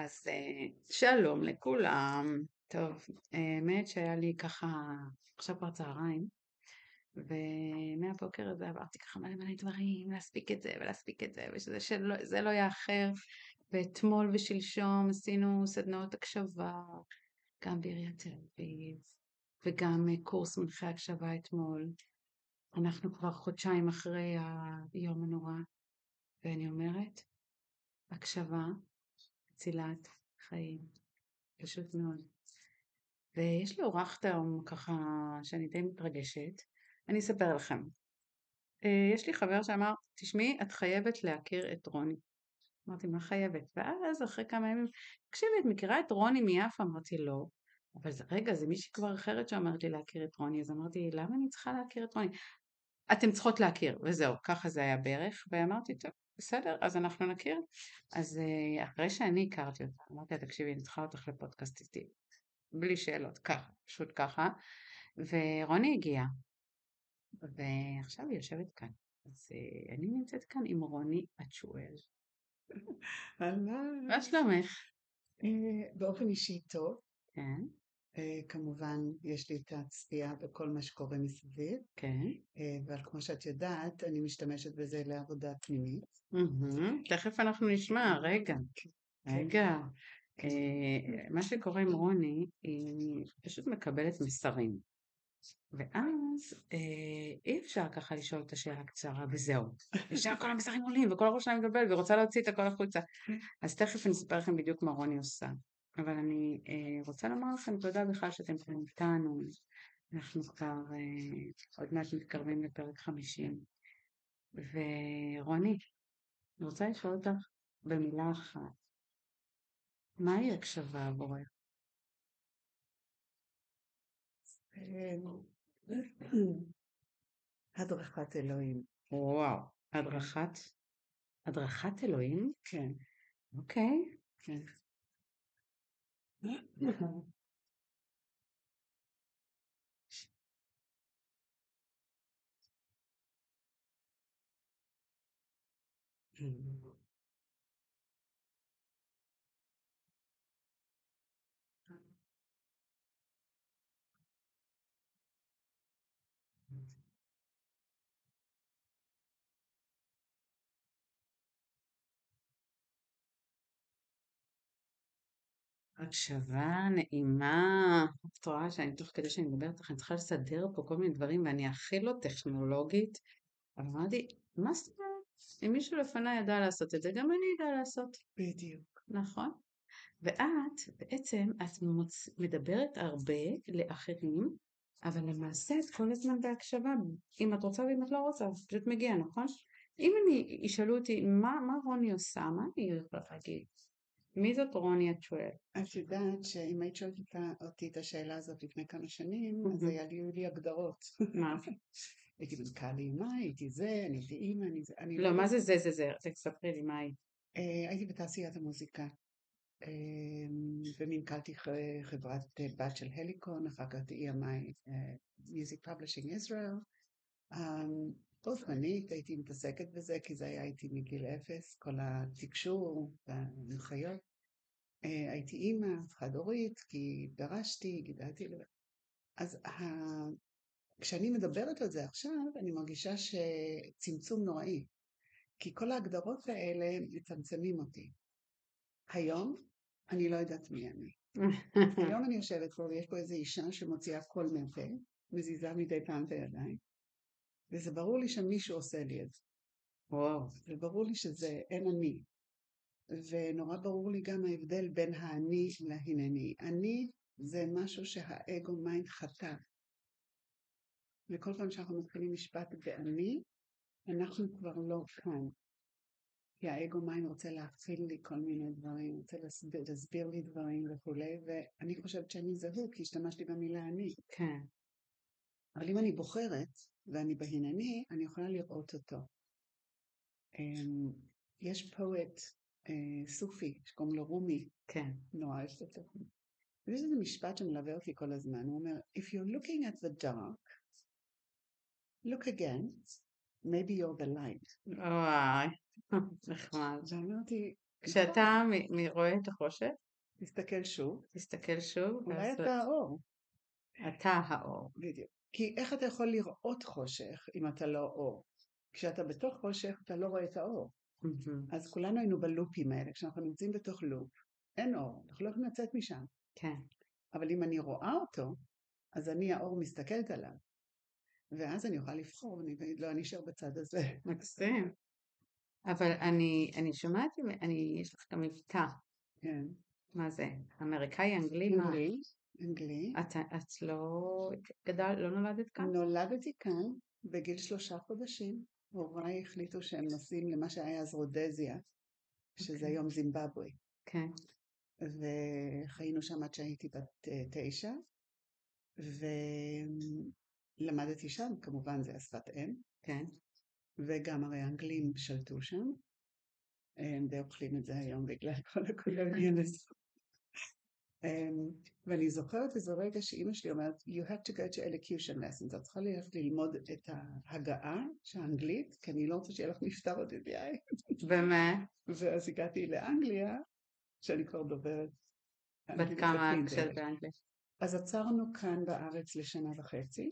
אז שלום לכולם. טוב, האמת שהיה לי ככה, עכשיו כבר צהריים, ומהבוקר הזה עברתי ככה מלא דברים, להספיק את זה ולהספיק את זה, ושזה לא יאחר. ואתמול ושלשום עשינו סדנאות הקשבה, גם בעיריית תל אביב, וגם קורס מנחי הקשבה אתמול. אנחנו כבר חודשיים אחרי היום הנורא, ואני אומרת, הקשבה מצילת חיים, פשוט מאוד. ויש לי אורחת היום ככה שאני די מתרגשת. אני אספר לכם. יש לי חבר שאמר, תשמעי, את חייבת להכיר את רוני. אמרתי, מה חייבת? ואז אחרי כמה ימים, תקשיבי, את מכירה את רוני מיפו? אמרתי, לא. אבל רגע, זה מישהי כבר אחרת שאומרת לי להכיר את רוני, אז אמרתי, למה אני צריכה להכיר את רוני? אתם צריכות להכיר, וזהו, ככה זה היה בערך, ואמרתי, טוב, בסדר, אז אנחנו נכיר. אז אחרי שאני הכרתי אותה, אמרתי, תקשיבי, אני צריכה אותך לפודקאסט איתי. בלי שאלות, ככה, פשוט ככה. ורוני הגיעה, ועכשיו היא יושבת כאן. אז אני נמצאת כאן עם רוני אצ'ואל. אהלן. מה שלומך? באופן אישי טוב. כן, כמובן יש לי את הצפייה בכל מה שקורה מסביב, כן. אבל כמו שאת יודעת, אני משתמשת בזה לעבודה פנימית. תכף אנחנו נשמע, רגע. רגע. מה שקורה עם רוני, היא פשוט מקבלת מסרים. ואז אי אפשר ככה לשאול את השאלה קצרה וזהו. ישר כל המסרים עולים וכל הראש שלהם מדבר ורוצה להוציא את הכל החוצה. אז תכף אני אספר לכם בדיוק מה רוני עושה. אבל אני רוצה לומר לכם תודה בכלל שאתם כאן איתנו. אנחנו כבר עוד מעט מתקרבים לפרק 50. ורוני, אני רוצה לשאול אותך במילה אחת. מהי הקשבה עבורך? הדרכת אלוהים. וואו, הדרכת אלוהים? כן, אוקיי. כן. הקשבה נעימה. את רואה שאני תוך כדי שאני מדברת לך, אני צריכה לסדר פה כל מיני דברים ואני הכי לא טכנולוגית. אבל אמרתי, מה זאת אומרת? אם מישהו לפניי ידע לעשות את זה, גם אני אדע לעשות. בדיוק. נכון? ואת, בעצם, את מדברת הרבה לאחרים, אבל למעשה את כל הזמן בהקשבה. אם את רוצה ואם את לא רוצה, אז פשוט מגיע, נכון? אם ישאלו אותי, מה רוני עושה? מה אני יכולה להגיד? מי זאת רוני את שואל? את יודעת שאם היית שואלת אותי את השאלה הזאת לפני כמה שנים, אז מהמם. היו לי הגדרות. מה? הייתי מנכ"ל אימה, הייתי זה, אני הייתי אימא, אני לא לא, מה יודעת. זה? תספרי לי מה היא. הייתי בתעשיית המוזיקה. ומנכ"לתי חברת בת של הליקון, אחר כך EMI, Music Publishing Israel. בו זמנית הייתי מתעסקת בזה, כי זה היה איתי מגיל 0, כל התקשור וההנחיות. הייתי אימא, חד-הורית, כי דרשתי, גידלתי. אז כשאני מדברת על זה עכשיו, אני מרגישה שצמצום נוראי, כי כל ההגדרות האלה מצמצמים אותי. היום אני לא יודעת מי אני. היום אני יושבת פה ויש פה איזו אישה שמוציאה קול מהפה, מזיזה מדי פעם את הידיים, וזה ברור לי שמישהו עושה לי את זה. וואו. וברור לי שזה אין אני. ונורא ברור לי גם ההבדל בין האני להנני. אני זה משהו שהאגו מיינד חטא. וכל פעם שאנחנו מתחילים משפט באני, אנחנו כבר לא כאן. כי האגו מיינד רוצה להכיל לי כל מיני דברים, רוצה להסביר לי דברים וכולי, ואני חושבת שאני זהו, כי השתמשתי במילה אני. כן. אבל אם אני בוחרת, ואני בהנני, אני יכולה לראות אותו. יש פואט סופי, שקוראים לו רומי, כן. נורא יש אותו. ויש איזה משפט שמלווה אותי כל הזמן, הוא אומר, If you're looking at the dark, look again, maybe you're the light. וואי. נחמד. ואמרתי, כשאתה רואה את החושך, תסתכל שוב, תסתכל שוב, אולי ואז אתה האור. אתה האור. בדיוק. כי איך אתה יכול לראות חושך אם אתה לא אור? כשאתה בתוך חושך אתה לא רואה את האור. אז כולנו היינו בלופים האלה, כשאנחנו נמצאים בתוך לופ, אין אור, אנחנו לא יכולים לצאת משם. כן. אבל אם אני רואה אותו, אז אני האור מסתכלת עליו. ואז אני אוכל לבחור, ואני לא, אני אשאר בצד הזה. מקסים. אבל אני שומעת, יש לך גם מבטא. כן. מה זה? אמריקאי, אנגלי, מה? אנגלי, אנגלי. את לא נולדת כאן? נולדתי כאן בגיל 3 חודשים. הוריי החליטו שהם נוסעים למה שהיה אז רודזיה, שזה היום זימבבואה. כן. וחיינו שם עד שהייתי בת 9, ולמדתי שם, כמובן זה השפת אם. כן. וגם הרי האנגלים שלטו שם, הם די אוכלים את זה היום בגלל כל הקולוניאליזם. ואני זוכרת איזה רגע שאימא שלי אומרת, you have to go to elocution lessons, את צריכה ללכת ללמוד את ההגעה האנגלית, כי אני לא רוצה שיהיה לך מבטא רודזיאי. באמת? ואז הגעתי לאנגליה, שאני כבר דוברת. בת כמה כשאת באנגליה? אז עצרנו כאן בארץ לשנה וחצי,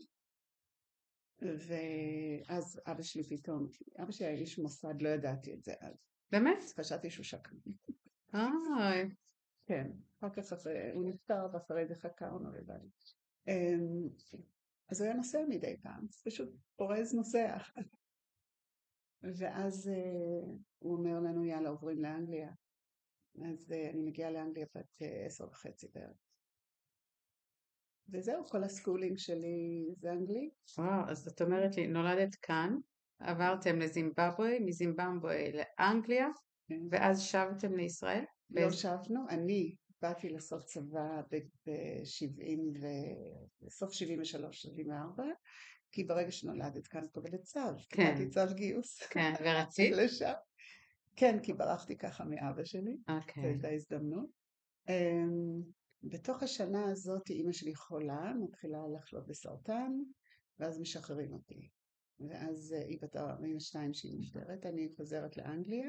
ואז אבא שלי היה איש מוסד, לא ידעתי את זה אז. באמת? חשבתי שהוא שקרן. אוי. כן, אחר כך הוא נפטר ואחרי זה חקרנו לבד. אז הוא היה נוסע מדי פעם, פשוט פורז נוסע. ואז הוא אומר לנו, יאללה, עוברים לאנגליה. אז אני מגיעה לאנגליה בת 10:30 בערך. וזהו, כל הסקולינג שלי זה אנגלית. וואו, אז את אומרת לי, נולדת כאן, עברתם לזימבבואה, מזימבבואה לאנגליה, ואז שבתם לישראל? לא שבנו, אני באתי לעשות צבא בסוף 73, 74, כי ברגע שנולדת כאן קבלת צו, קיבלתי צו גיוס. כן, ורצית? לשם. כן, כי ברחתי ככה מאבא שלי, זו הייתה הזדמנות. בתוך השנה הזאת אמא שלי חולה, מתחילה לחלות בסרטן, ואז משחררים אותי. ואז היא בת 42 שהיא נפטרת, אני חוזרת לאנגליה.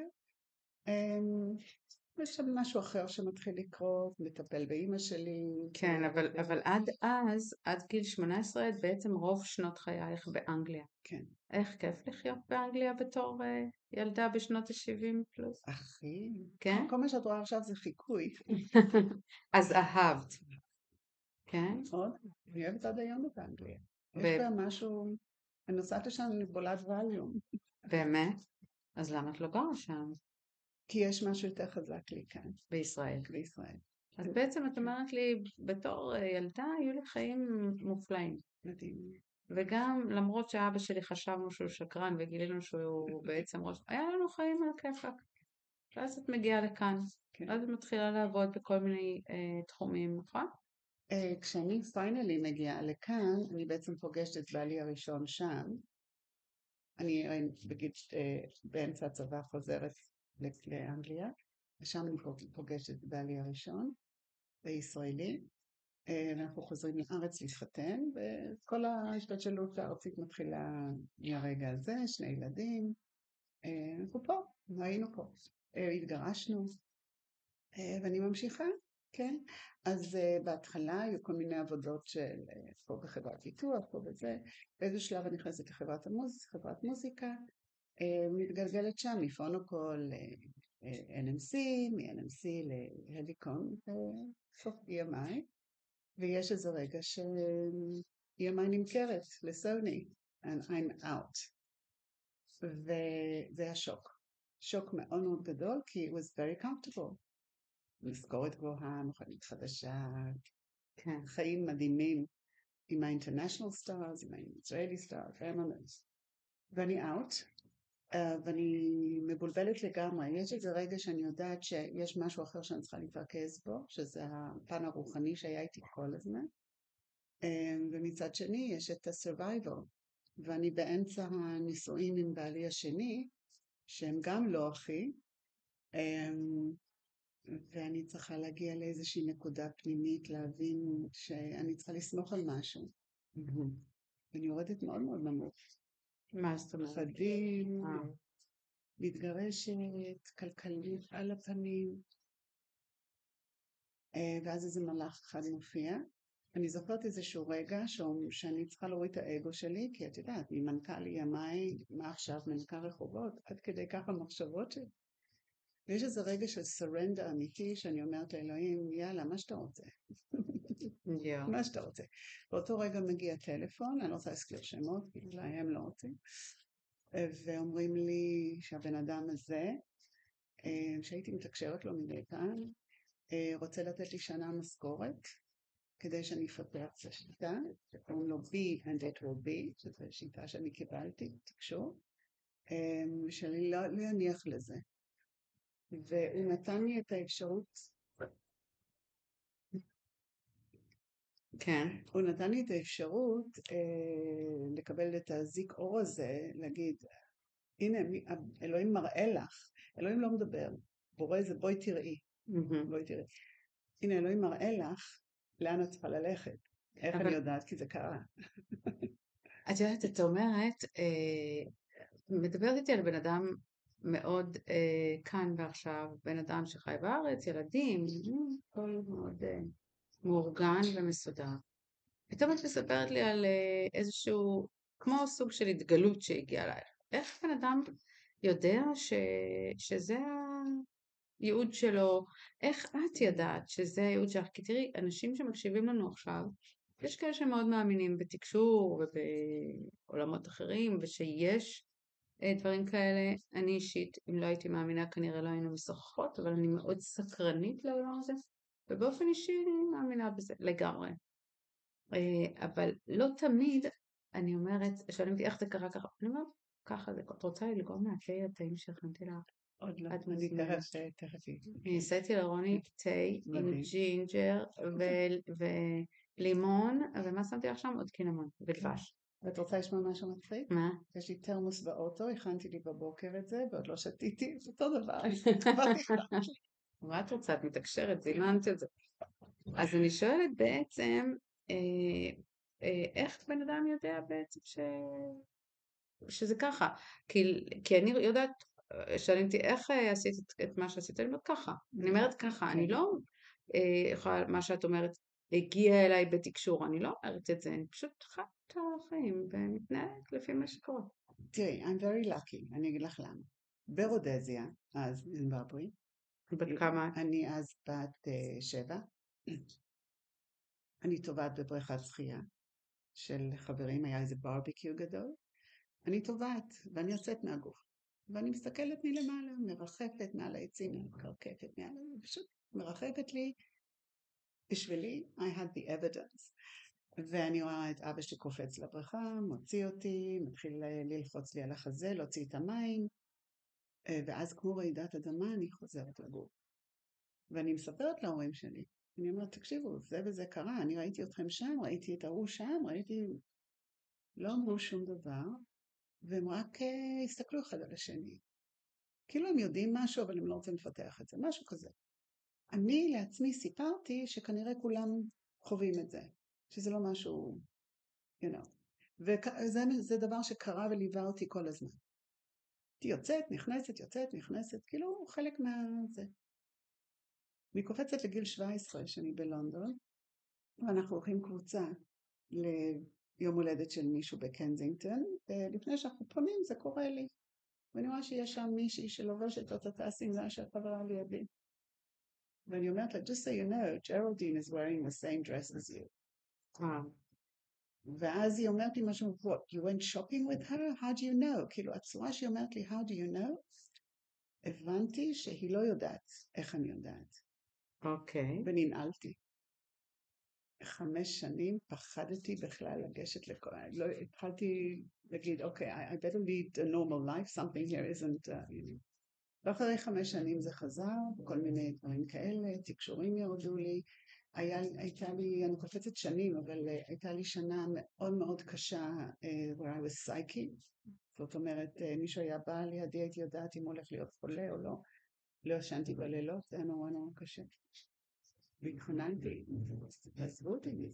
יש שם משהו אחר שמתחיל לקרות, מטפל באמא שלי. כן, אבל עד אז, עד גיל 18, את בעצם רוב שנות חייך באנגליה. כן. איך כיף לחיות באנגליה בתור ילדה בשנות ה-70 פלוס? אחי, כן? כל מה שאת רואה עכשיו זה חיקוי. אז אהבת. כן? מאוד, אני אוהבת עד היום את אנגליה. יש בה משהו, אני נוסעת לשם, אני בולעת ווליום. באמת? אז למה את לא גרה שם? כי יש משהו יותר חזק לי כאן. בישראל. בישראל. אז בעצם את אומרת לי, בתור ילדה היו לי חיים מופלאים. מדהים. וגם למרות שאבא שלי חשבנו שהוא שקרן וגילינו שהוא בעצם היה לנו חיים על כיפק. ואז את מגיעה לכאן. אז את מתחילה לעבוד בכל מיני תחומים, נכון? כשאני פיינלי מגיעה לכאן, אני בעצם פוגשת את בעלי הראשון שם. אני באמצע הצבא חוזרת לאנגליה, ושם אני פוגשת את בעלי הראשון, הישראלי, ואנחנו חוזרים לארץ להתחתן, וכל ההשתלשלות הארצית מתחילה מהרגע הזה, 2 ילדים, אנחנו פה, היינו פה, התגרשנו, ואני ממשיכה, כן? אז בהתחלה היו כל מיני עבודות של פה בחברת ביטוח, פה בזה, באיזה שלב אני נכנסת לחברת מוזיקה, מתגלגלת שם מפונוקול ל-NMC, מ-NMC להליקון, בסוף EMI, ויש איזה רגע ש-EMI נמכרת לסוני, and I'm out. וזה היה שוק מאוד מאוד גדול, כי it was very comfortable. משכורת גבוהה, מכונית חדשה, חיים מדהימים עם ה-International Stars, עם ה-Israeli Stars, ואני out. ואני מבולבלת לגמרי. יש איזה רגע שאני יודעת שיש משהו אחר שאני צריכה להתרכז בו, שזה הפן הרוחני שהיה איתי כל הזמן. ומצד שני יש את ה-survival. ואני באמצע הנישואים עם בעלי השני, שהם גם לא אחי, ואני צריכה להגיע לאיזושהי נקודה פנימית, להבין שאני צריכה לסמוך על משהו. ואני יורדת מאוד מאוד נמוך. מה זאת אומרת? פחדים, מתגרשת, כלכלית על הפנים, ואז איזה מלאך אחד מופיע. אני זוכרת איזשהו רגע שאני צריכה להוריד את האגו שלי, כי את יודעת, ממנכ"ל EMI, מה עכשיו, מנכ"ל רחובות, עד כדי ככה מחשבות שלי. ויש איזה רגע של סרנדר אמיתי, שאני אומרת לאלוהים, יאללה, מה שאתה רוצה. מה שאתה רוצה. באותו רגע מגיע טלפון, אני לא רוצה להזכיר שמות, כי אולי הם לא רוצים, ואומרים לי שהבן אדם הזה, שהייתי מתקשרת לו מדי פעם, רוצה לתת לי שנה משכורת, כדי שאני אפתח את השיטה, שקוראים לו be and it will be, שזו שיטה שאני קיבלתי, תקשור, שאני לא אניח לזה. והוא נתן לי את האפשרות, כן. הוא נתן לי את האפשרות לקבל את הזיק אור הזה, להגיד, הנה, אלוהים מראה לך, אלוהים לא מדבר, בורא זה בואי תראי, בואי תראי. הנה, אלוהים מראה לך לאן את צריכה ללכת. איך אני יודעת? כי זה קרה. את יודעת, את אומרת, מדברת איתי על בן אדם מאוד כאן ועכשיו, בן אדם שחי בארץ, ילדים, הכל מאוד מאורגן ומסודר. פתאום את מספרת לי על איזשהו, כמו סוג של התגלות שהגיעה אליי. איך בן אדם יודע שזה הייעוד שלו? איך את ידעת שזה הייעוד שלך? כי תראי, אנשים שמקשיבים לנו עכשיו, יש כאלה שמאוד מאמינים בתקשור ובעולמות אחרים, ושיש דברים כאלה. אני אישית, אם לא הייתי מאמינה, כנראה לא היינו משוחחות, אבל אני מאוד סקרנית לעולם הזה, ובאופן אישי אני מאמינה בזה לגמרי. אבל לא תמיד, אני אומרת, שואלים אותי איך זה קרה ככה, אני אומרת, ככה זה, את רוצה לגרום מהתה הטעים שהכנתי לך? עוד לא, את אני מוזמנת. תכף. עשיתי לרוני תה עם מדהים. ג'ינג'ר ולימון, ומה שמתי לך שם? עוד קינמון ודבש. ואת רוצה לשמוע משהו מצחיק? מה? יש לי תרמוס באוטו, הכנתי לי בבוקר את זה, ועוד לא שתיתי, זה אותו דבר. מה את רוצה? את מתקשרת, זימנת את זה. אז אני שואלת בעצם, איך בן אדם יודע בעצם שזה ככה? כי אני יודעת, שואלים אותי, איך עשית את מה שעשית? אני אומרת ככה. אני אומרת ככה, אני לא יכולה, מה שאת אומרת, הגיע אליי בתקשור, אני לא אומרת את זה, אני פשוט חייבת את החיים ומתנהלת לפי מה שקורה. תראי, I'm very lucky, אני אגיד לך למה. ברודזיה, אז זימבבואה, בת כמה? אני אז בת 7, אני טובעת בבריכת שחייה של חברים, היה איזה ברביקיו גדול, אני טובעת ואני יוצאת מהגוף, ואני מסתכלת מלמעלה, מרחפת מעל העצים, מקרקפת מעל, פשוט מרחפת לי, בשבילי, I had the evidence. ואני רואה את אבא שקופץ לבריכה, מוציא אותי, מתחיל ללחוץ לי על החזה, להוציא את המים, ואז כמו רעידת אדמה אני חוזרת לגוף. ואני מספרת להורים שלי, אני אומרת, תקשיבו, זה וזה קרה, אני ראיתי אתכם שם, ראיתי את ההוא שם, ראיתי... לא אמרו שום דבר, והם רק הסתכלו אחד על השני. כאילו הם יודעים משהו, אבל הם לא רוצים לפתח את זה, משהו כזה. אני לעצמי סיפרתי שכנראה כולם חווים את זה, שזה לא משהו, you know. וזה דבר שקרה וליווה אותי כל הזמן. הייתי יוצאת, נכנסת, כאילו חלק מהזה. אני קופצת לגיל 17 שאני בלונדון, ואנחנו הולכים קבוצה ליום הולדת של מישהו בקנזינגטון, ולפני שאנחנו פונים זה קורה לי. ואני רואה שיש שם מישהי שלובשת את אותה שמלה שהחברה לידי. ואני אומרת לה, just so you know, Geraldine is wearing the same dress as you. ואז היא אומרת לי משהו, what, you went shopping with her? How do you know? כאילו, הצורה שהיא אומרת לי, how do you know? הבנתי שהיא לא יודעת איך אני יודעת. אוקיי. וננעלתי. 5 שנים פחדתי בכלל לגשת לכל... לא, התחלתי להגיד, אוקיי, I better lead a normal life, something here isn't... ואחרי 5 שנים זה חזר, כל מיני דברים כאלה, תקשורים ירדו לי, הייתה לי, אני קופצת שנים, אבל הייתה לי שנה מאוד מאוד קשה, where I was psychic, זאת אומרת, מישהו היה בא לידי, הייתי יודעת אם הוא הולך להיות חולה או לא, לא ישנתי בלילות, זה היה נורא נורא קשה. והתחננתי, תעזבו אותי מזה.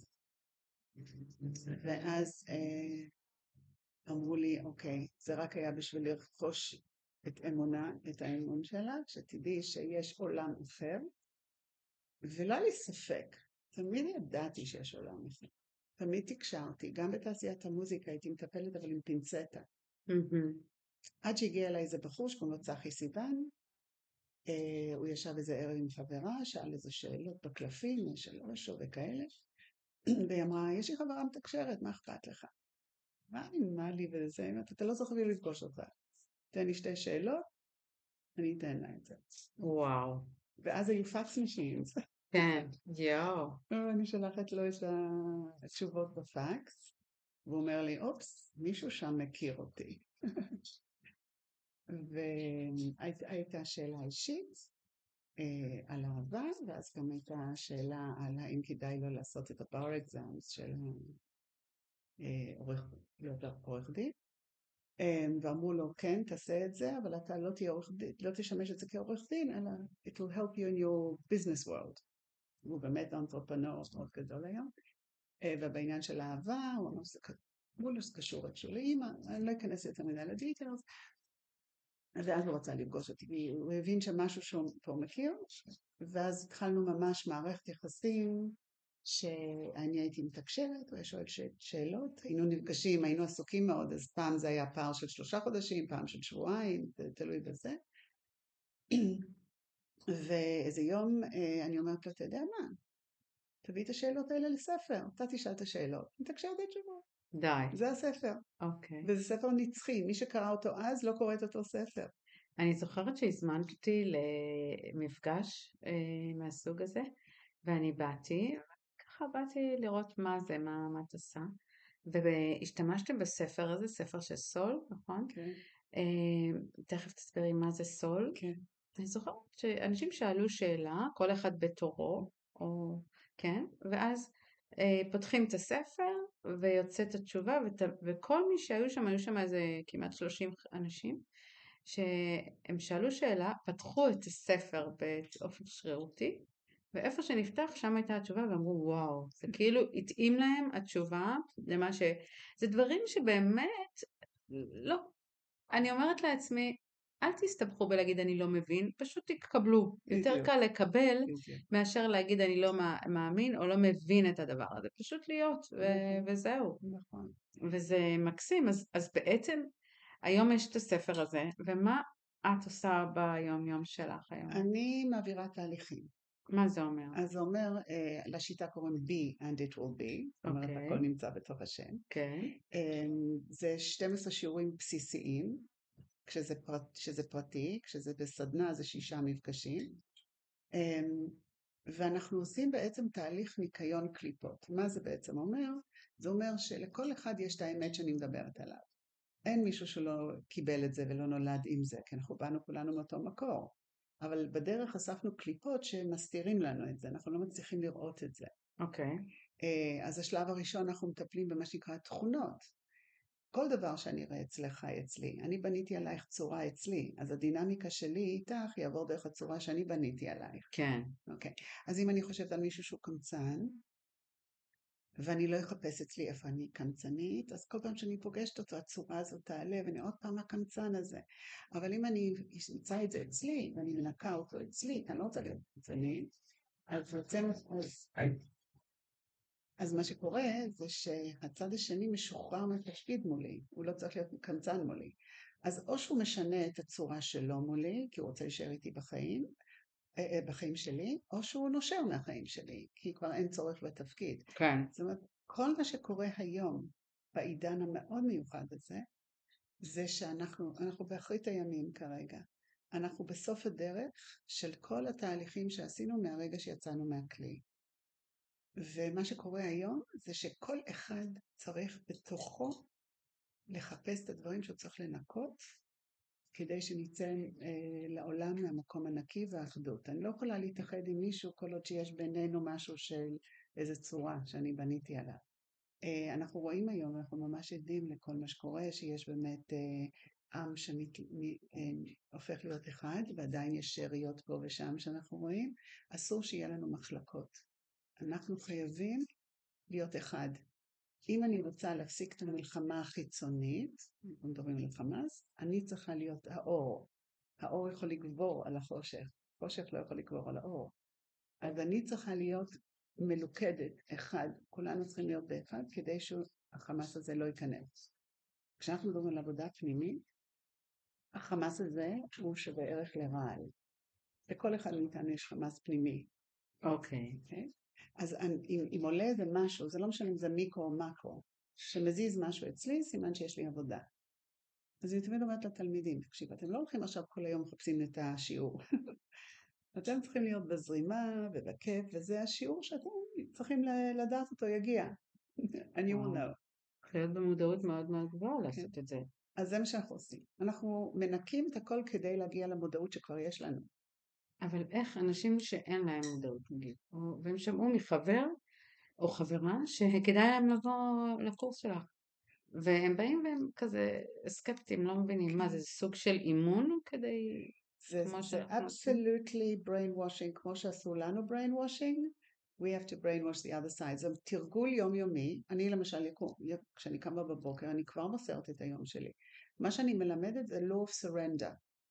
ואז אמרו לי, אוקיי, זה רק היה בשביל לרכוש את האמון שלה, שתדעי שיש עולם אחר, ולא לי ספק, תמיד ידעתי שיש עולם אחר. תמיד תקשרתי, גם בתעשיית המוזיקה הייתי מטפלת אבל עם פינצטה. עד שהגיע אליי איזה בחור שקוראים לו צחי סיוון, הוא ישב איזה ערב עם חברה, שאל איזה שאלות בקלפים, של אושו וכאלה, והיא אמרה, יש לי חברה מתקשרת, מה אכפת לך? מה לי וזה, אתה לא זוכר לי לפגוש אותה. תן לי 2 שאלות, אני אתן לה את זה. וואו. ואז היו פקס משינס. כן, יואו. אני שלחת לו את התשובות בפקס, והוא אומר לי, אופס, מישהו שם מכיר אותי. והייתה שאלה אישית על אהבה, ואז גם הייתה שאלה על האם כדאי לו לעשות את ה-bar exams של עורך דין. ואמרו לו, כן, תעשה את זה, אבל אתה לא תשמש את זה כעורך דין, אלא it will help you in your business world. הוא באמת אנתרופנור מאוד גדול היום. ובעניין של אהבה, הוא אמר, זה קשור איכשהו לאמא, אני לא אכנס יותר מדי לדיטלס. ואז הוא רצה לפגוש אותי, הוא הבין שמשהו שהוא פה מכיר, ואז התחלנו ממש מערכת יחסים, שאני הייתי מתקשרת, הוא היה שואל שאלות, היינו נפגשים, היינו עסוקים מאוד, אז פעם זה היה פער של 3 חודשים, פעם של שבועיים, תלוי בזה. ואיזה יום אני אומרת לו, אתה יודע מה? תביא את השאלות האלה לספר, אתה תשאל את השאלות, נתקשר די תשובות. די. זה הספר. אוקיי. וזה ספר נצחי, מי שקרא אותו אז לא קורא את אותו ספר. אני זוכרת שהזמנת אותי למפגש מהסוג הזה, ואני באתי, ככה באתי לראות מה זה, מה את עושה, והשתמשתם בספר הזה, ספר של סול, נכון? כן. תכף תסבירי מה זה סול. כן. אני זוכרת שאנשים שאלו שאלה, כל אחד בתורו, או כן, ואז פותחים את הספר ויוצאת התשובה, וכל מי שהיו שם, היו שם איזה כמעט 30 אנשים, שהם שאלו שאלה, פתחו את הספר באופן שרירותי, ואיפה שנפתח שם הייתה התשובה, ואמרו וואו, זה כאילו התאים להם התשובה למה זה דברים שבאמת, לא, אני אומרת לעצמי, אל תסתבכו בלהגיד אני לא מבין, פשוט תקבלו. יותר בדיוק. קל לקבל בדיוק. מאשר להגיד אני לא מאמין או לא מבין את הדבר הזה. פשוט להיות, וזהו. נכון. וזה מקסים. אז בעצם היום יש את הספר הזה, ומה את עושה ביום יום שלך היום? אני מעבירה תהליכים. מה זה אומר? אז זה אומר, לשיטה קוראים be and it will be, זאת אומרת אוקיי. הכל נמצא בתוך השם. כן. זה 12 שיעורים בסיסיים, כשזה פרטי, כשזה בסדנה זה 6 מפגשים, ואנחנו עושים בעצם תהליך ניקיון קליפות. מה זה בעצם אומר? זה אומר שלכל אחד יש את האמת שאני מדברת עליו. אין מישהו שלא קיבל את זה ולא נולד עם זה, כי אנחנו באנו כולנו מאותו מקור. אבל בדרך אספנו קליפות שמסתירים לנו את זה, אנחנו לא מצליחים לראות את זה. אוקיי. אז השלב הראשון אנחנו מטפלים במה שנקרא תכונות. כל דבר שאני אראה אצלך אצלי, אני בניתי עלייך צורה אצלי, אז הדינמיקה שלי איתך יעבור דרך הצורה שאני בניתי עלייך. כן. אוקיי. אז אם אני חושבת על מישהו שהוא קמצן, ואני לא אחפש אצלי איפה אני קמצנית, אז כל פעם שאני פוגשת אותו, הצורה הזאת תעלה, ואני עוד פעם הקמצן הזה. אבל אם אני אמצא את זה אצלי, ואני מנקה אותו אצלי, אני לא רוצה להיות קמצנית, אז מה שקורה זה שהצד השני משוחרר מהתפקיד מולי, הוא לא צריך להיות קמצן מולי. אז או שהוא משנה את הצורה שלו מולי, כי הוא רוצה להישאר איתי בחיים שלי, או שהוא נושר מהחיים שלי, כי כבר אין צורך בתפקיד. כן. זאת אומרת, כל מה שקורה היום, בעידן המאוד מיוחד הזה, זה שאנחנו באחרית הימים כרגע. אנחנו בסוף הדרך של כל התהליכים שעשינו מהרגע שיצאנו מהכלי. ומה שקורה היום זה שכל אחד צריך בתוכו לחפש את הדברים שהוא צריך לנקות, כדי שנצא לעולם מהמקום הנקי והאחדות. אני לא יכולה להתאחד עם מישהו כל עוד שיש בינינו משהו של איזו צורה שאני בניתי עליו. אנחנו רואים היום, אנחנו ממש עדים לכל מה שקורה, שיש באמת עם שהופך להיות אחד, ועדיין יש שאריות פה ושם שאנחנו רואים. אסור שיהיה לנו מחלקות. אנחנו חייבים להיות אחד. אם אני רוצה להפסיק את המלחמה החיצונית, אנחנו מדברים על חמאס, אני צריכה להיות האור. האור יכול לגבור על החושך, חושך לא יכול לגבור על האור. אז אני צריכה להיות מלוכדת, אחד, כולנו צריכים להיות באחד, כדי שהחמאס הזה לא ייכנס. כשאנחנו מדברים על עבודה פנימית, החמאס הזה הוא שווה ערך לרעל. לכל אחד מאיתנו יש חמאס פנימי. אוקיי. אז אם עולה איזה משהו, זה לא משנה אם זה מיקרו או מקרו, שמזיז משהו אצלי, סימן שיש לי עבודה. אז אני תמיד אומרת לתלמידים, תקשיב, אתם לא הולכים עכשיו כל היום מחפשים את השיעור. אתם צריכים להיות בזרימה ובכיף, וזה השיעור שאתם צריכים לדעת אותו יגיע. And you will know. להיות במודעות מאוד מאוד גבוהה לעשות את זה. אז זה מה שאנחנו עושים. אנחנו מנקים את הכל כדי להגיע למודעות שכבר יש לנו. אבל איך אנשים שאין להם מודעות, נגיד, והם שמעו מחבר או חברה שכדאי להם לבוא לקורס שלך, והם באים והם כזה סקפטיים, לא מבינים מה זה, סוג של אימון כדי... זה absolutely brainwashing, כמו שעשו לנו brainwashing, we have to brainwash the other side. זה תרגול יומיומי. אני למשל, כשאני קמה בבוקר, אני כבר מוסרת את היום שלי. מה שאני מלמדת זה law of surrender.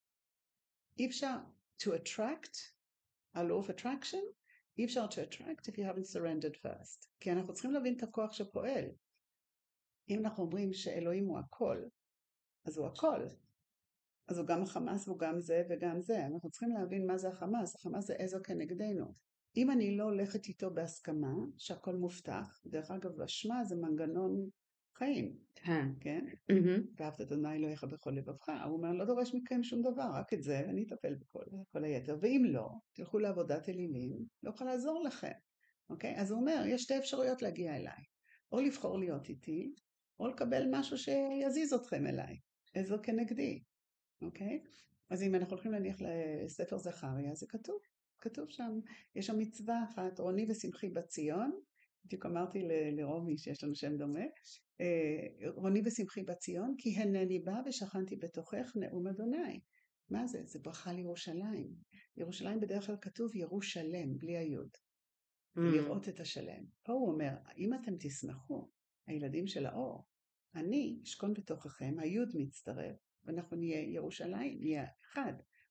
אי אפשר to attract, a law of attraction, אי אפשר to attract if you haven't surrendered first. כי אנחנו צריכים להבין את הכוח שפועל. אם אנחנו אומרים שאלוהים הוא הכל, אז הוא הכל. אז הוא גם החמאס והוא גם זה וגם זה. אנחנו צריכים להבין מה זה החמאס. החמאס זה עזר כנגדנו. אם אני לא הולכת איתו בהסכמה, שהכל מובטח, דרך אגב, אשמה זה מנגנון חיים. כן? ואהבת את אדוני אלוהיך בכל לבבך. הוא אומר, לא דורש מכם שום דבר, רק את זה, ואני אטפל בכל היתר. ואם לא, תלכו לעבודת אלילים, לא יכול לעזור לכם. אוקיי? אז הוא אומר, יש שתי אפשרויות להגיע אליי. או לבחור להיות איתי, או לקבל משהו שיזיז אתכם אליי. עזר כנגדי. אוקיי? אז אם אנחנו הולכים להניח לספר זכריה, זה כתוב שם, יש שם מצווה אחת, רוני ושמחי בציון, בדיוק אמרתי לרומי שיש לנו שם דומה, רוני ושמחי בציון, כי הנני בא ושכנתי בתוכך נאום אדוני. מה זה? זה ברכה לירושלים. ירושלים בדרך כלל כתוב ירושלם, בלי היוד. לראות את השלם. פה הוא אומר, אם אתם תשמחו, הילדים של האור, אני אשכון בתוככם, היוד מצטרף, ואנחנו נהיה ירושלים, נהיה אחד.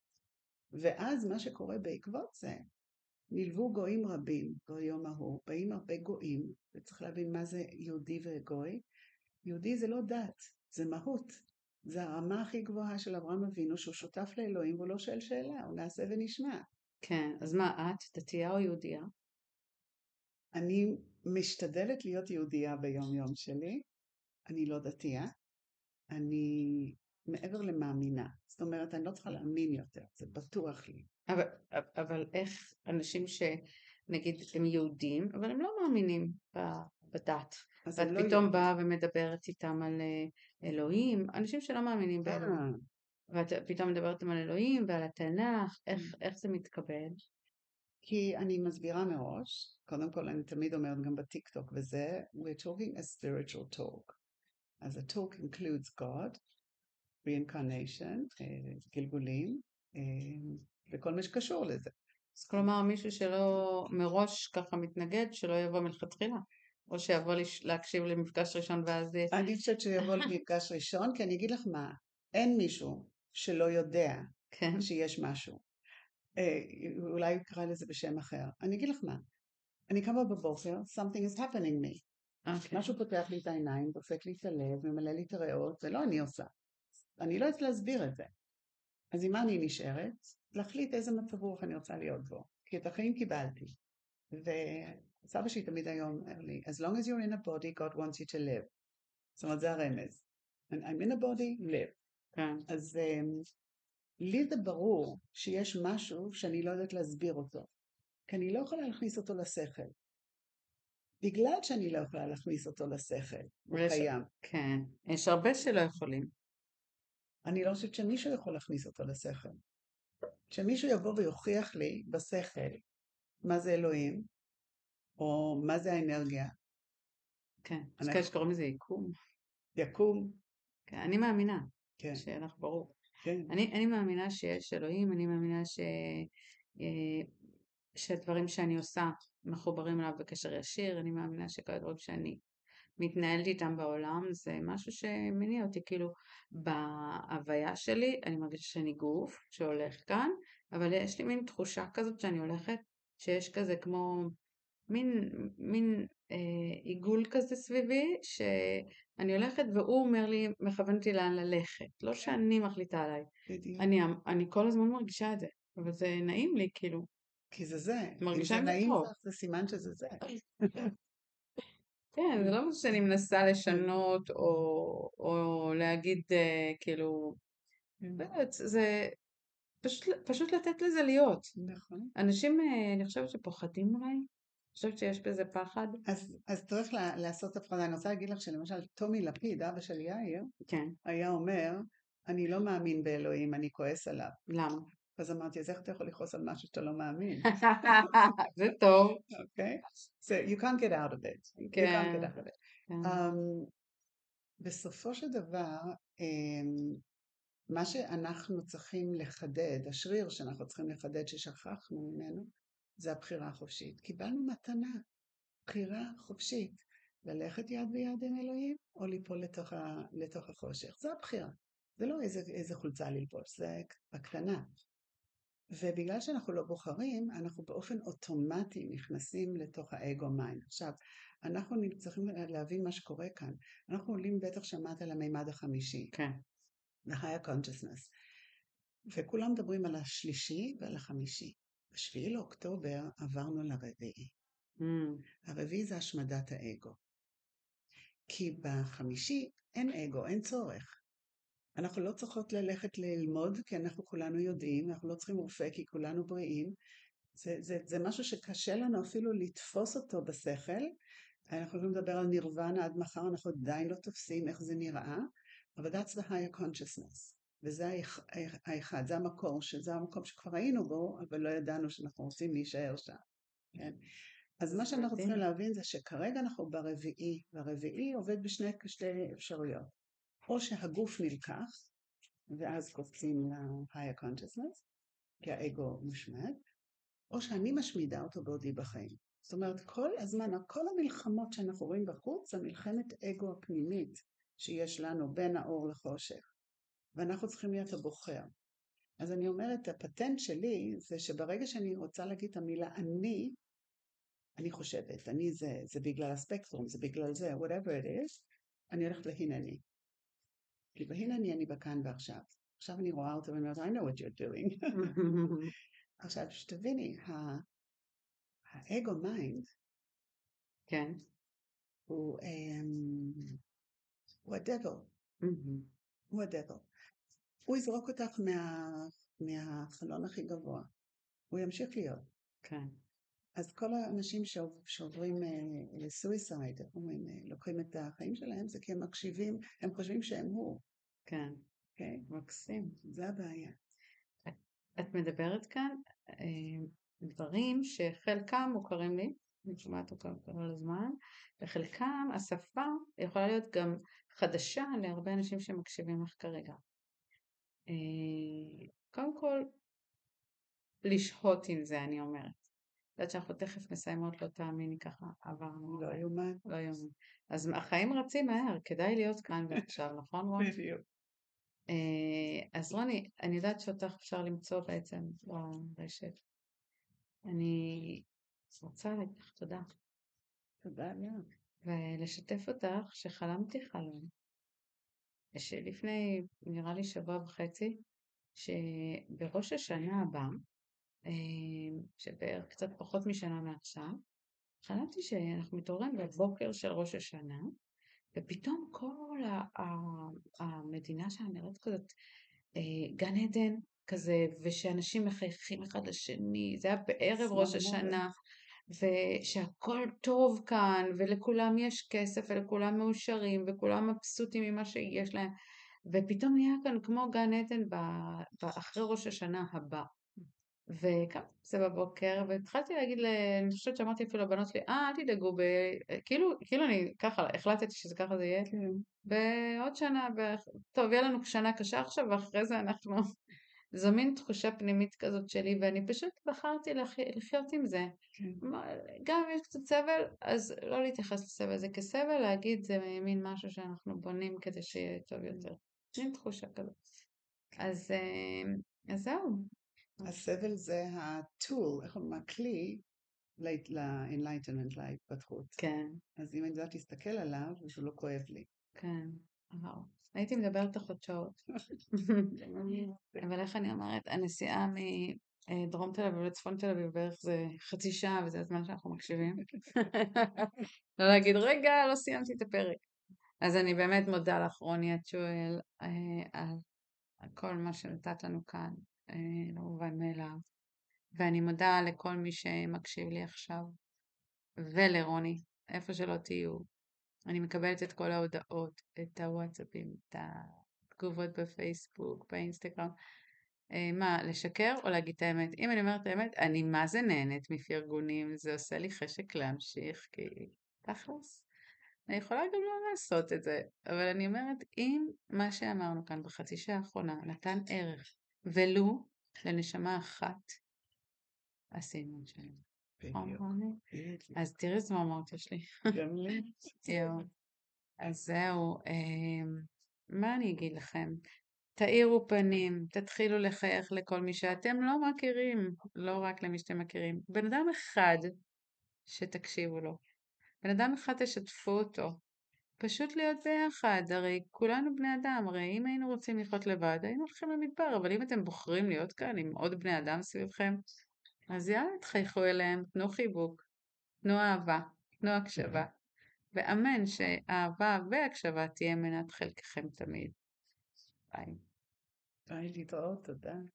ואז מה שקורה בעקבות זה, נלוו גויים רבים ביום ההוא, באים הרבה גויים, וצריך להבין מה זה יהודי וגוי. יהודי זה לא דת, זה מהות. זה הרמה הכי גבוהה של אברהם אבינו, שהוא שותף לאלוהים, והוא לא שואל שאלה, הוא נעשה ונשמע. כן, אז מה את, דתייה או יהודייה? אני משתדלת להיות יהודייה ביום יום שלי, אני לא דתייה, אני מעבר למאמינה. זאת אומרת, אני לא צריכה להאמין יותר, זה בטוח לי. אבל איך אנשים שנגיד הם יהודים, אבל הם לא מאמינים בדת, ואת פתאום באה ומדברת איתם על אלוהים, אנשים שלא מאמינים באלוהים, ואת פתאום מדברת איתם על אלוהים ועל התנ"ך, איך זה מתקבל? כי אני מסבירה מראש, קודם כל אני תמיד אומרת גם בטיק טוק וזה, we're talking a spiritual talk. אז ה-talk includes God, reincarnation, גלגולים, וכל מה שקשור לזה. אז כלומר, מישהו שלא מראש ככה מתנגד, שלא יבוא מלכתחילה, או שיבוא להקשיב למפגש ראשון ואז... אני חושבת שיבוא למפגש ראשון, כי אני אגיד לך מה, אין מישהו שלא יודע שיש משהו. אולי יקרא לזה בשם אחר. אני אגיד לך מה, אני קמה בבוקר, something is happening me. משהו פותח לי את העיניים, דופק לי את הלב, ממלא לי את הריאות, זה לא אני עושה. אני לא יודעת להסביר את זה. אז עם מה אני נשארת? להחליט איזה מצב רוח אני רוצה להיות בו. כי את החיים קיבלתי. וסבא שלי תמיד היום אומר לי, as long as you're in a body, God wants you to live. זאת אומרת, זה הרמז. I'm in a body, live. אז לי זה ברור שיש משהו שאני לא יודעת להסביר אותו. כי אני לא יכולה להכניס אותו לשכל. בגלל שאני לא יכולה להכניס אותו לשכל, הוא קיים. כן, יש הרבה שלא יכולים. אני לא חושבת שמישהו יכול להכניס אותו לשכל. שמישהו יבוא ויוכיח לי בשכל מה זה אלוהים, או מה זה האנרגיה. כן, יש כאלה שקוראים לזה יקום. יקום. כן, אני מאמינה. כן. שיהיה לך ברור. כן. אני מאמינה שיש אלוהים, אני מאמינה שהדברים שאני עושה מחוברים אליו בקשר ישיר, אני מאמינה שכל הדברים שאני מתנהלת איתם בעולם, זה משהו שמניע אותי, כאילו, בהוויה שלי, אני מרגישה שאני גוף שהולך כאן, אבל יש לי מין תחושה כזאת שאני הולכת, שיש כזה כמו מין עיגול כזה סביבי, שאני הולכת והוא אומר לי, מכוון אותי לאן ללכת, לא שאני מחליטה עליי. בדיוק. אני כל הזמן מרגישה את זה, אבל זה נעים לי, כאילו, כי זה זה. אם מרגישה זה עם זה נעים טוב. לך, זה סימן שזה זה. כן, זה לא משהו שאני מנסה לשנות או להגיד כאילו, באמת, זה פשוט לתת לזה להיות. נכון. אנשים, אני חושבת שפוחדים אולי, אני חושבת שיש בזה פחד. אז צריך לעשות הפרדה. אני רוצה להגיד לך שלמשל, טומי לפיד, אבא של יאיר, כן, היה אומר, אני לא מאמין באלוהים, אני כועס עליו. למה? אז אמרתי, אז איך אתה יכול לכעוס על משהו שאתה לא מאמין? זה טוב. אוקיי? So you can't get out of it. You can't get כן, out of it. כן, בסופו של דבר, מה שאנחנו צריכים לחדד, השריר שאנחנו צריכים לחדד ששכחנו ממנו, זה הבחירה החופשית. קיבלנו מתנה, בחירה חופשית, ללכת יד ביד עם אלוהים, או ליפול לתוך החושך. זו הבחירה. זה לא איזה חולצה ללבוש, זה הקטנה. ובגלל שאנחנו לא בוחרים, אנחנו באופן אוטומטי נכנסים לתוך האגו מיינד. עכשיו, אנחנו צריכים להבין מה שקורה כאן. אנחנו עולים, בטח שמעת על המימד החמישי. כן. ה-higher consciousness. וכולם מדברים על השלישי ועל החמישי. ב7 לאוקטובר עברנו לרביעי. הרביעי זה השמדת האגו. כי בחמישי אין אגו, אין צורך. אנחנו לא צריכות ללכת ללמוד, כי אנחנו כולנו יודעים, אנחנו לא צריכים רופא, כי כולנו בריאים. זה משהו שקשה לנו אפילו לתפוס אותו בשכל. אנחנו יכולים לדבר על נירוונה עד מחר, אנחנו עדיין לא תופסים איך זה נראה, אבל that's the higher consciousness. וזה האחד, זה המקום שכבר היינו בו, אבל לא ידענו שאנחנו רוצים להישאר שם. כן? אז מה שאנחנו צריכים להבין זה שכרגע אנחנו ברביעי, והרביעי עובד בשתי אפשרויות. או שהגוף נלקח, ואז קופצים ל-higher consciousness, כי האגו מושמד, או שאני משמידה אותו בעודי בחיים. זאת אומרת, כל הזמן, כל המלחמות שאנחנו רואים בחוץ, זה מלחמת אגו הפנימית שיש לנו בין האור לחושך. ואנחנו צריכים להיות הבוחר. אז אני אומרת, הפטנט שלי זה שברגע שאני רוצה להגיד את המילה אני חושבת, אני זה בגלל הספקטרום, זה בגלל זה, whatever it is, אני הולכת להינני. כי בהינני אני בכאן ועכשיו. עכשיו אני רואה אותו ואני אומרת, I know what you're doing. עכשיו, שתביני, האגו מיינד, כן. הוא הדבל. הוא הדבל. הוא יזרוק אותך מהחלון הכי גבוה. הוא ימשיך להיות. כן. אז כל האנשים שעוברים לסויסייד, לוקחים את החיים שלהם, זה כי הם מקשיבים, הם חושבים שהם הוא. כן. אוקיי? מקסים. זה הבעיה. את מדברת כאן דברים שחלקם מוכרים לי, אני שומעת אותם כל הזמן, וחלקם השפה יכולה להיות גם חדשה להרבה אנשים שמקשיבים לך כרגע. קודם כל, לשהות עם זה, אני אומרת. יודעת שאנחנו תכף מסיימות, לא תאמיני ככה, עברנו. לא יאומן. לא יאומן. אז החיים רצים מהר, כדאי להיות כאן ועכשיו, נכון רוני? בדיוק. אז רוני, אני יודעת שאותך אפשר למצוא בעצם ברשת. אני רוצה להגיד לך תודה. תודה, גם. ולשתף אותך שחלמתי חלום. שלפני, נראה לי שבוע וחצי, שבראש השנה הבא, שבערך קצת פחות משנה מעכשיו, חלמתי שאנחנו מתעוררים בבוקר של ראש השנה, ופתאום כל המדינה שם נראית כזאת גן עדן כזה, ושאנשים מחייכים אחד לשני, זה היה בערב ראש השנה, ושהכל טוב כאן, ולכולם יש כסף, ולכולם מאושרים, וכולם מבסוטים ממה שיש להם, ופתאום נהיה כאן כמו גן עדן אחרי ראש השנה הבא. וקמתי זה בבוקר, והתחלתי להגיד, אני חושבת שאמרתי אפילו לבנות שלי, אל תדאגו, כאילו אני ככה, החלטתי שזה ככה זה יהיה, בעוד שנה, טוב, יהיה לנו שנה קשה עכשיו, ואחרי זה אנחנו זו מין תחושה פנימית כזאת שלי, ואני פשוט בחרתי לחיות עם זה. כן. גם אם יש קצת סבל, אז לא להתייחס לסבל הזה כסבל, להגיד זה מין משהו שאנחנו בונים כדי שיהיה טוב יותר. מין תחושה כזאת. אז זהו. הסבל זה ה-tool, איך אומרים, הכלי ל-enlightenment, להתפתחות. כן, אז אם אני יודעת להסתכל עליו, אז הוא לא כואב לי. כן. וואו. הייתי מדברת לך עוד שעות. אבל איך אני אומרת, הנסיעה מדרום תל אביב לצפון תל אביב בערך זה חצי שעה, וזה הזמן שאנחנו מקשיבים. לא להגיד, רגע, לא סיימתי את הפרק. אז אני באמת מודה לך, רוני אצ'ואל, על כל מה שנתת לנו כאן, לא מובן מאליו. ואני מודה לכל מי שמקשיב לי עכשיו, ולרוני, איפה שלא תהיו. אני מקבלת את כל ההודעות, את הוואטסאפים, את התגובות בפייסבוק, באינסטגרם. מה, לשקר או להגיד את האמת? אם אני אומרת את האמת, אני מה זה נהנית מפרגונים, זה עושה לי חשק להמשיך, כי תכלס. אני יכולה גם לא לעשות את זה, אבל אני אומרת, אם מה שאמרנו כאן בחצי שעה האחרונה נתן ערך, ולו לנשמה אחת, עשינו את שלנו. בדיוק. אז תראי איזה דמעות יש לי. גם לי. יואו. אז זהו, מה אני אגיד לכם? תאירו פנים, תתחילו לחייך לכל מי שאתם לא מכירים, לא רק למי שאתם מכירים. בן אדם אחד שתקשיבו לו, בן אדם אחד תשתפו אותו, פשוט להיות ביחד, הרי כולנו בני אדם, הרי אם היינו רוצים לחיות לבד, היינו הולכים למדבר, אבל אם אתם בוחרים להיות כאן עם עוד בני אדם סביבכם, אז יאללה, תחייכו אליהם, תנו חיבוק, תנו אהבה, תנו הקשבה, ואמן שהאהבה והקשבה תהיה מנת חלקכם תמיד. ביי. ביי, להתראות, תודה.